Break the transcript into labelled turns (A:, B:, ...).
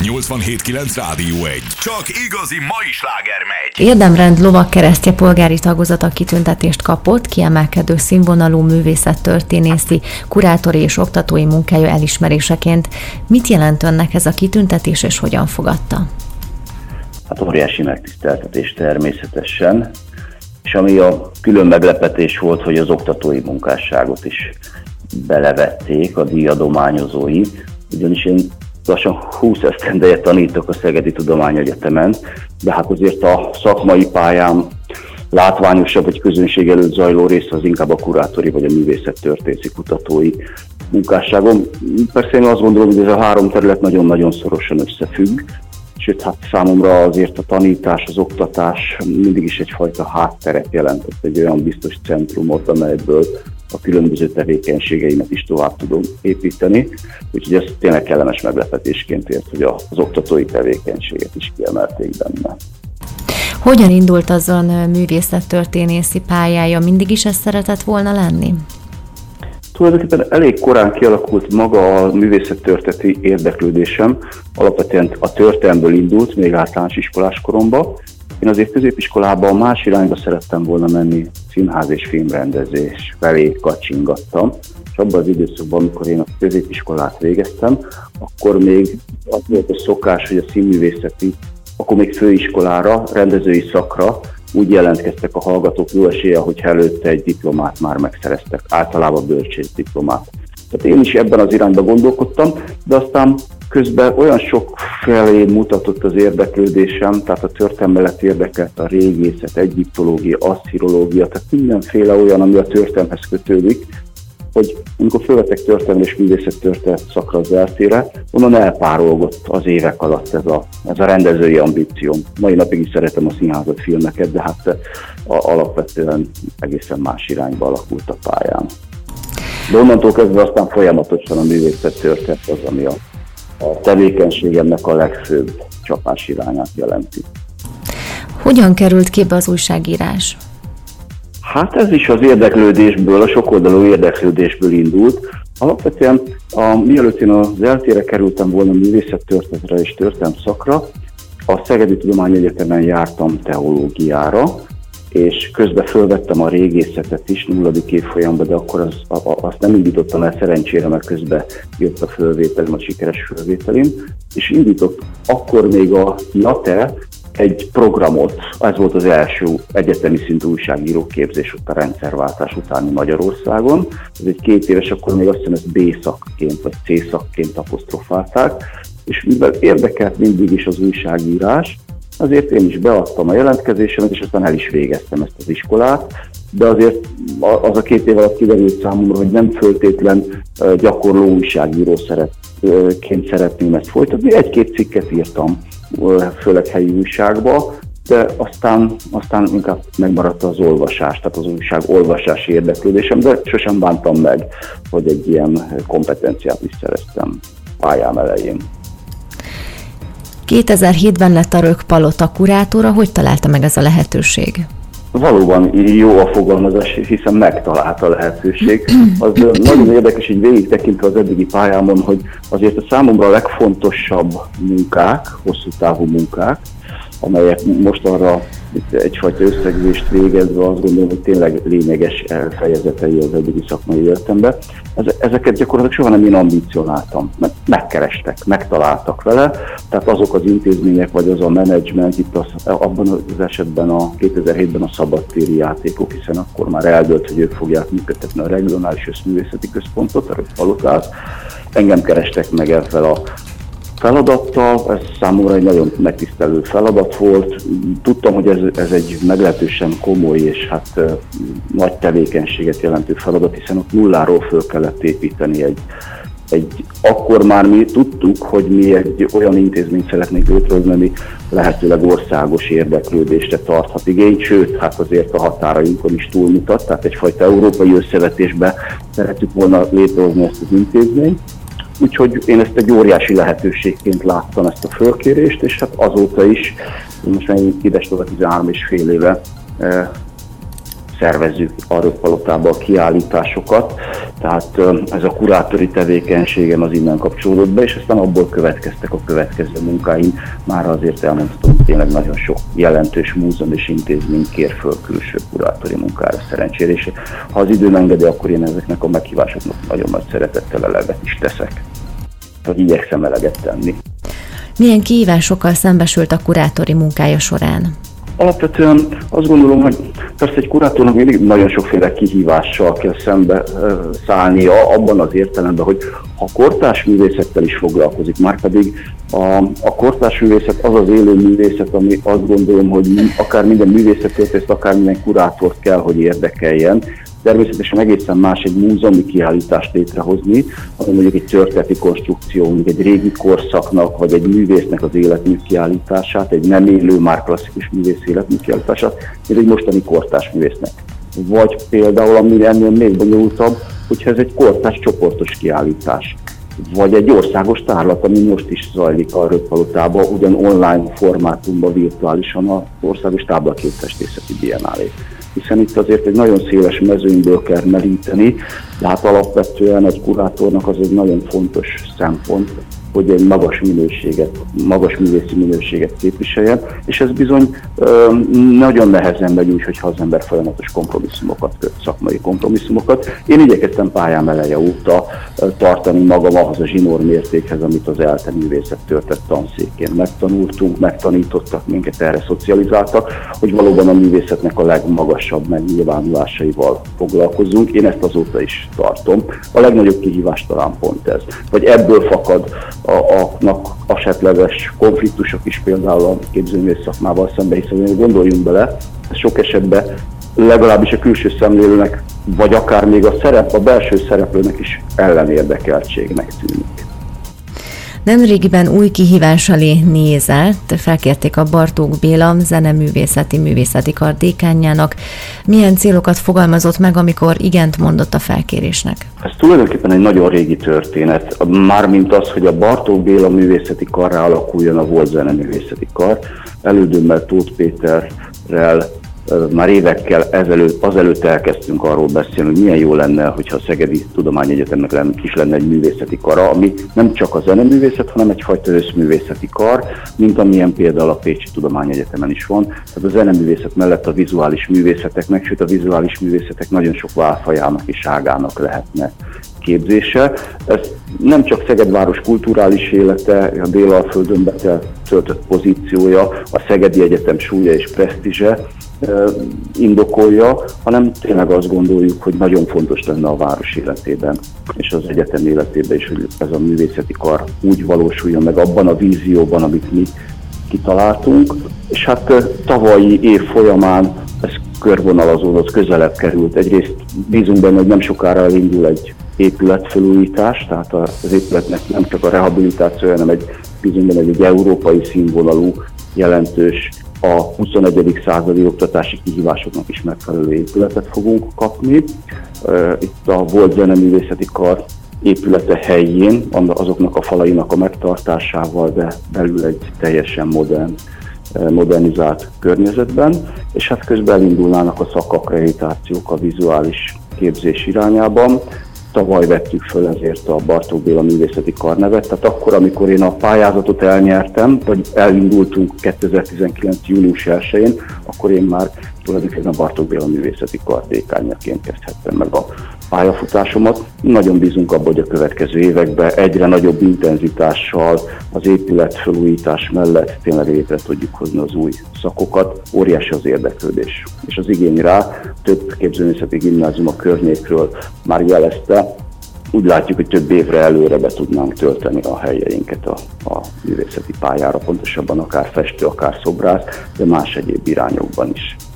A: 87.9 Rádió 1. Csak igazi mai sláger megy.
B: Érdemrend lovagkeresztje polgári tagozata kitüntetést kapott, kiemelkedő színvonalú művészettörténészi, kurátori és oktatói munkája elismeréseként. Mit jelent önnek ez a kitüntetés, és hogyan fogadta?
C: Hát óriási megtiszteltetés természetesen, és ami a külön meglepetés volt, hogy az oktatói munkásságot is belevették a díjadományozói, ugyanis én lassan 20 esztendeje tanítok a Szegedi Tudományegyetemen, de hát azért a szakmai pályám látványosabb, vagy közönség előtt zajló része az inkább a kurátori vagy a művészettörténészi kutatói munkásságom. Persze én azt gondolom, hogy ez a három terület nagyon-nagyon szorosan összefügg, sőt, hát számomra azért a tanítás, az oktatás mindig is egyfajta hátteret jelentett, egy olyan biztos centrumot, amelyből a különböző tevékenységeimet is tovább tudom építeni, úgyhogy ez tényleg kellemes meglepetésként ért, hogy az oktatói tevékenységet is kiemelték benne.
B: Hogyan indult azon művészettörténészi pályája? Mindig is ezt szeretett volna lenni?
C: Tulajdonképpen elég korán kialakult maga a művészettörténeti érdeklődésem, alapvetően a történelmből indult, még általános iskolás koromban. Én azért középiskolában más irányba szerettem volna menni, színház és filmrendezés felé kacsingattam, és abban az időszakban, amikor én a középiskolát végeztem, akkor még az volt a szokás, hogy a színművészeti, akkor még főiskolára, rendezői szakra úgy jelentkeztek a hallgatók jó esélye, hogyha előtte egy diplomát már megszereztek, általában bölcsész diplomát. Tehát én is ebben az irányba gondolkodtam, de aztán közben olyan sok felé mutatott az érdeklődésem, tehát a történelem mellett érdekelt a régészet, egyiptológia, asszirológia, tehát mindenféle olyan, ami a történelemhez kötődik, hogy amikor fölvettek történelmi és művészettörténet szakra az eltére, onnan elpárolgott az évek alatt ez a rendezői ambícióm. Mai napig is szeretem a színházat, filmeket, de hát alapvetően egészen más irányba alakult a pályám. De onnantól kezdve aztán folyamatosan a művészettörténet az, ami a tevékenységemnek a legfőbb csapás irányát jelenti. Hogyan
B: került képbe az újságírás?
C: Hát ez is az érdeklődésből, a sokoldalú érdeklődésből indult. Alapvetően mielőtt én az eltére kerültem volna művészettörténetre és történelem szakra, a Szegedi Tudományegyetemen jártam teológiára, és közben fölvettem a régészetet is, 0. évfolyamban, de akkor azt nem indítottam el szerencsére, mert közben jött a fölvételim, a sikeres fölvételim, és indított akkor még a JATE egy programot, ez volt az első egyetemi szintű újságíró képzés ott a rendszerváltás utáni Magyarországon. Ez egy 2 éves, akkor még azt hiszem ezt B szakként vagy C szakként apostrofálták, és mivel érdekelt mindig is az újságírás, azért én is beadtam a jelentkezésemet, és aztán el is végeztem ezt az iskolát, de azért az a 2 év alatt kiderült számomra, hogy nem föltétlen gyakorló újságíróként szeretném ezt folytatni. 1-2 cikket írtam, főleg helyi újságba, de aztán inkább megmaradt az olvasás, tehát az újság olvasási érdeklődésem, de sosem bántam meg, hogy egy ilyen kompetenciát is szereztem pályám elején.
B: 2007-ben lett a Rökkpalota kurátora, hogy találta meg ez a lehetőség?
C: Valóban jó a fogalmazás, hiszen megtalálta a lehetőség. Az nagyon érdekes, így végig tekintve az eddigi pályámon, hogy azért a számomra a legfontosabb munkák, hosszú távú munkák, amelyek most arra egyfajta összegzést végezve azt gondolom, hogy tényleg lényeges fejezetei az eddigi szakmai életemben. Ezeket gyakorlatilag soha nem én ambicionáltam, mert megkerestek, megtaláltak vele, tehát azok az intézmények, vagy az a menedzsment, itt abban az esetben a 2007-ben a szabadtéri játékok, hiszen akkor már eldőlt, hogy ők fogják működtetni a regionális összművészeti központot, a Rökkpalotát. Engem kerestek meg ezzel a feladattal, ez számomra egy nagyon megtisztelő feladat volt. Tudtam, hogy ez egy meglehetősen komoly és hát nagy tevékenységet jelentő feladat, hiszen ott nulláról föl kellett építeni akkor már mi tudtuk, hogy mi egy olyan intézményt szeretnénk létrehozni, ami lehetőleg országos érdeklődésre tarthat igényt, sőt, hát azért a határainkon is túlmutat, tehát egyfajta európai összevetésbe szerettük volna létrehozni ezt az intézményt. Úgyhogy én ezt egy óriási lehetőségként láttam, ezt a fölkérést, és hát azóta is, most már idestova 13,5 éve szervezzük a Röppalotába a kiállításokat, tehát ez a kurátori tevékenységem az innen kapcsolódott be, és aztán abból következtek a következő munkáim. Már azért elmondhatom, hogy tényleg nagyon sok jelentős múzeum és intézmény kér föl külső kurátori munkára szerencsére, és ha az időm engedi, akkor én ezeknek a meghívásoknak nagyon nagy szeretettel eleget is teszek, hogy igyekszem eleget tenni.
B: Milyen kihívásokkal szembesült a kurátori munkája során?
C: Alapvetően azt gondolom, hogy persze egy kurátornak mindig nagyon sokféle kihívással kell szembe szállnia, abban az értelemben, hogy ha kortárs művészettel is foglalkozik, márpedig a kortárs művészet az az élő művészet, ami azt gondolom, hogy akár minden művészettörténészt, akár minden kurátort kell, hogy érdekeljen. Természetesen egészen más egy múzeumi kiállítást létrehozni, hanem mondjuk egy történeti konstrukció, mondjuk egy régi korszaknak, vagy egy művésznek az életmű kiállítását, egy nem élő, már klasszikus művész életmű kiállítását, mint egy mostani kortárs művésznek. Vagy például, ami ennél még bonyolultabb, hogyha ez egy kortárs csoportos kiállítás. Vagy egy országos tárlat, ami most is zajlik a Röppalotában, ugyan online formátumban, virtuálisan az Országos Táblaképfestészeti Biennálé. Hiszen itt azért egy nagyon széles mezőnyből kell meríteni, de hát alapvetően egy kurátornak az egy nagyon fontos szempont, hogy egy magas művészi minőséget képviseljen, és ez bizony nagyon nehezen megy úgy, hogyha az ember folyamatos kompromisszumokat köt, szakmai kompromisszumokat. Én igyekeztem pályám eleje óta tartani magam ahhoz a zsinórmértékhez, amit az ELTE művészettörténet tanszékén megtanultunk, megtanítottak, minket erre szocializáltak, hogy valóban a művészetnek a legmagasabb megnyilvánulásaival foglalkozunk. Én ezt azóta is tartom. A legnagyobb kihívás talán pont ez. Vagy ebből fakad a esetleges konfliktusok is például a képzőművész szakmával szemben, hiszen gondoljunk bele, sok esetben legalábbis a külső szemlélőnek, vagy akár még a belső szereplőnek is ellenérdekeltségnek tűnik.
B: Nemrégiben új kihívás elé nézett, felkérték a Bartók Béla Zeneművészeti Kar dékánjának. Milyen célokat fogalmazott meg, amikor igent mondott a felkérésnek?
C: Ez tulajdonképpen egy nagyon régi történet, mármint az, hogy a Bartók Béla Művészeti Karrá alakuljon a volt Zeneművészeti Kar. Elődömmel, Tóth Péterrel már évekkel azelőtt elkezdtünk arról beszélni, hogy milyen jó lenne, hogyha a Szegedi Tudományegyetemnek is lenne egy művészeti kara, ami nem csak a zeneművészet, hanem egyfajta összművészeti kar, mint amilyen például a Pécsi Tudományegyetemen is van. Tehát a zeneművészet mellett a vizuális művészeteknek, sőt a vizuális művészetek nagyon sok válfajának és ágának lehetne képzése. Ez nem csak Szegedváros kulturális élete, a Délalföldön betöltött pozíciója, a Szegedi Egyetem súlya és presztízse indokolja, hanem tényleg azt gondoljuk, hogy nagyon fontos lenne a város életében és az egyetem életében is, hogy ez a művészeti kar úgy valósuljon meg abban a vízióban, amit mi kitaláltunk. És hát tavalyi év folyamán ez körvonalazódott, közelebb került. Egyrészt bízunk benne, hogy nem sokára elindul egy épületfelújítás, tehát az épületnek nem csak a rehabilitációja, hanem bízunk benne, egy európai színvonalú, jelentős, a 21. századi oktatási kihívásoknak is megfelelő épületet fogunk kapni. Itt a volt Zeneművészeti Kar épülete helyén, azoknak a falainak a megtartásával, de belül egy teljesen modernizált környezetben, és hát közben elindulnának a szakakkreditációk a vizuális képzés irányában. Tavaly vettük föl ezért a Bartók Béla Művészeti Kar nevet, tehát akkor, amikor én a pályázatot elnyertem, vagy elindultunk 2019. június 1-én, akkor én már tulajdonképpen a Bartók Béla Művészeti Kar dékánjaként kezdhettem meg a pályafutásomat. Nagyon bízunk abban, hogy a következő években egyre nagyobb intenzitással az épületfelújítás mellett tényleg létre tudjuk hozni az új szakokat. Óriási az érdeklődés és az igény rá. Több képzőművészeti gimnázium a környékről már jelezte. Úgy látjuk, hogy több évre előre be tudnánk tölteni a helyeinket a művészeti pályára, pontosabban akár festő, akár szobrász, de más egyéb irányokban is.